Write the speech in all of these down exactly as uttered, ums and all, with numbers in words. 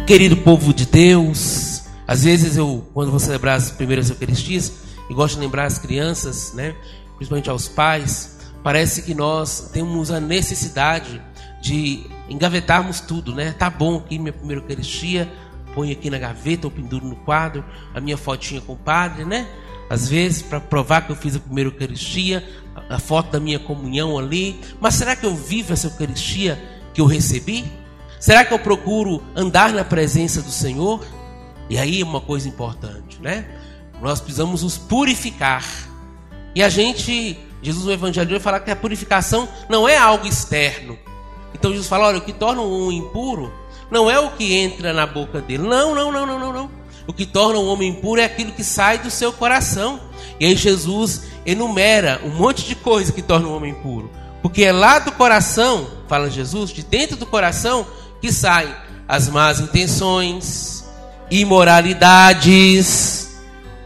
Querido povo de Deus, às vezes eu, quando vou celebrar as primeiras Eucaristias, e gosto de lembrar as crianças, né, principalmente aos pais, parece que nós temos a necessidade de engavetarmos tudo, né? Tá bom aqui minha primeira Eucaristia, ponho aqui na gaveta ou penduro no quadro a minha fotinha com o padre, né? Às vezes para provar que eu fiz a primeira Eucaristia, a foto da minha comunhão ali. Mas será que eu vivo essa Eucaristia que eu recebi? Será que eu procuro andar na presença do Senhor? E aí é uma coisa importante, né? Nós precisamos nos purificar. E a gente, Jesus no Evangelho vai falar que a purificação não é algo externo. Então Jesus fala, olha, o que torna um impuro não é o que entra na boca dele. Não, não, não, não, não, não. O que torna um homem impuro é aquilo que sai do seu coração. E aí Jesus enumera um monte de coisa que torna um homem impuro. Porque é lá do coração, fala Jesus, de dentro do coração, que saem as más intenções, imoralidades,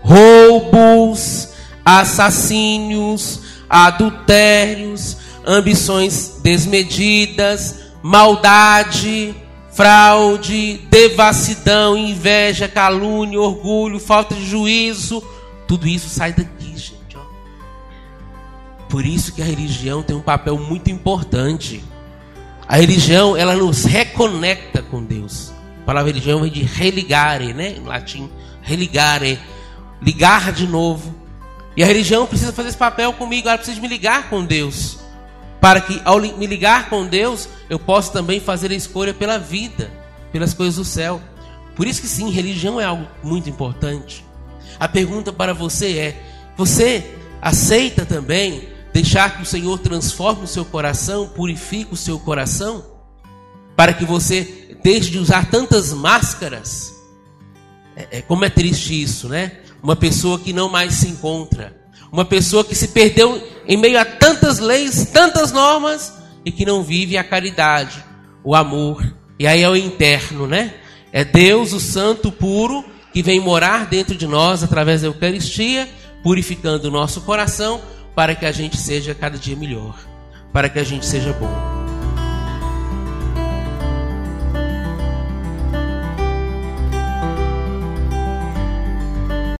roubos, assassínios, adultérios, ambições desmedidas, maldade, fraude, devassidão, inveja, calúnia, orgulho, falta de juízo. Tudo isso sai daqui, gente. Ó. Por isso que a religião tem um papel muito importante. A religião, ela nos reconecta com Deus. A palavra religião vem de religare, né? Em latim, religare, ligar de novo. E a religião precisa fazer esse papel comigo, ela precisa me ligar com Deus. Para que ao me ligar com Deus, eu possa também fazer a escolha pela vida, pelas coisas do céu. Por isso que sim, religião é algo muito importante. A pergunta para você é, você aceita também deixar que o Senhor transforme o seu coração, purifique o seu coração, para que você deixe de usar tantas máscaras? É, é, como é triste isso, né? Uma pessoa que não mais se encontra, uma pessoa que se perdeu em meio a tantas leis, tantas normas, e que não vive a caridade, o amor. E aí é o interno, né? É Deus, o Santo puro, que vem morar dentro de nós através da Eucaristia, purificando o nosso coração, para que a gente seja cada dia melhor, para que a gente seja bom.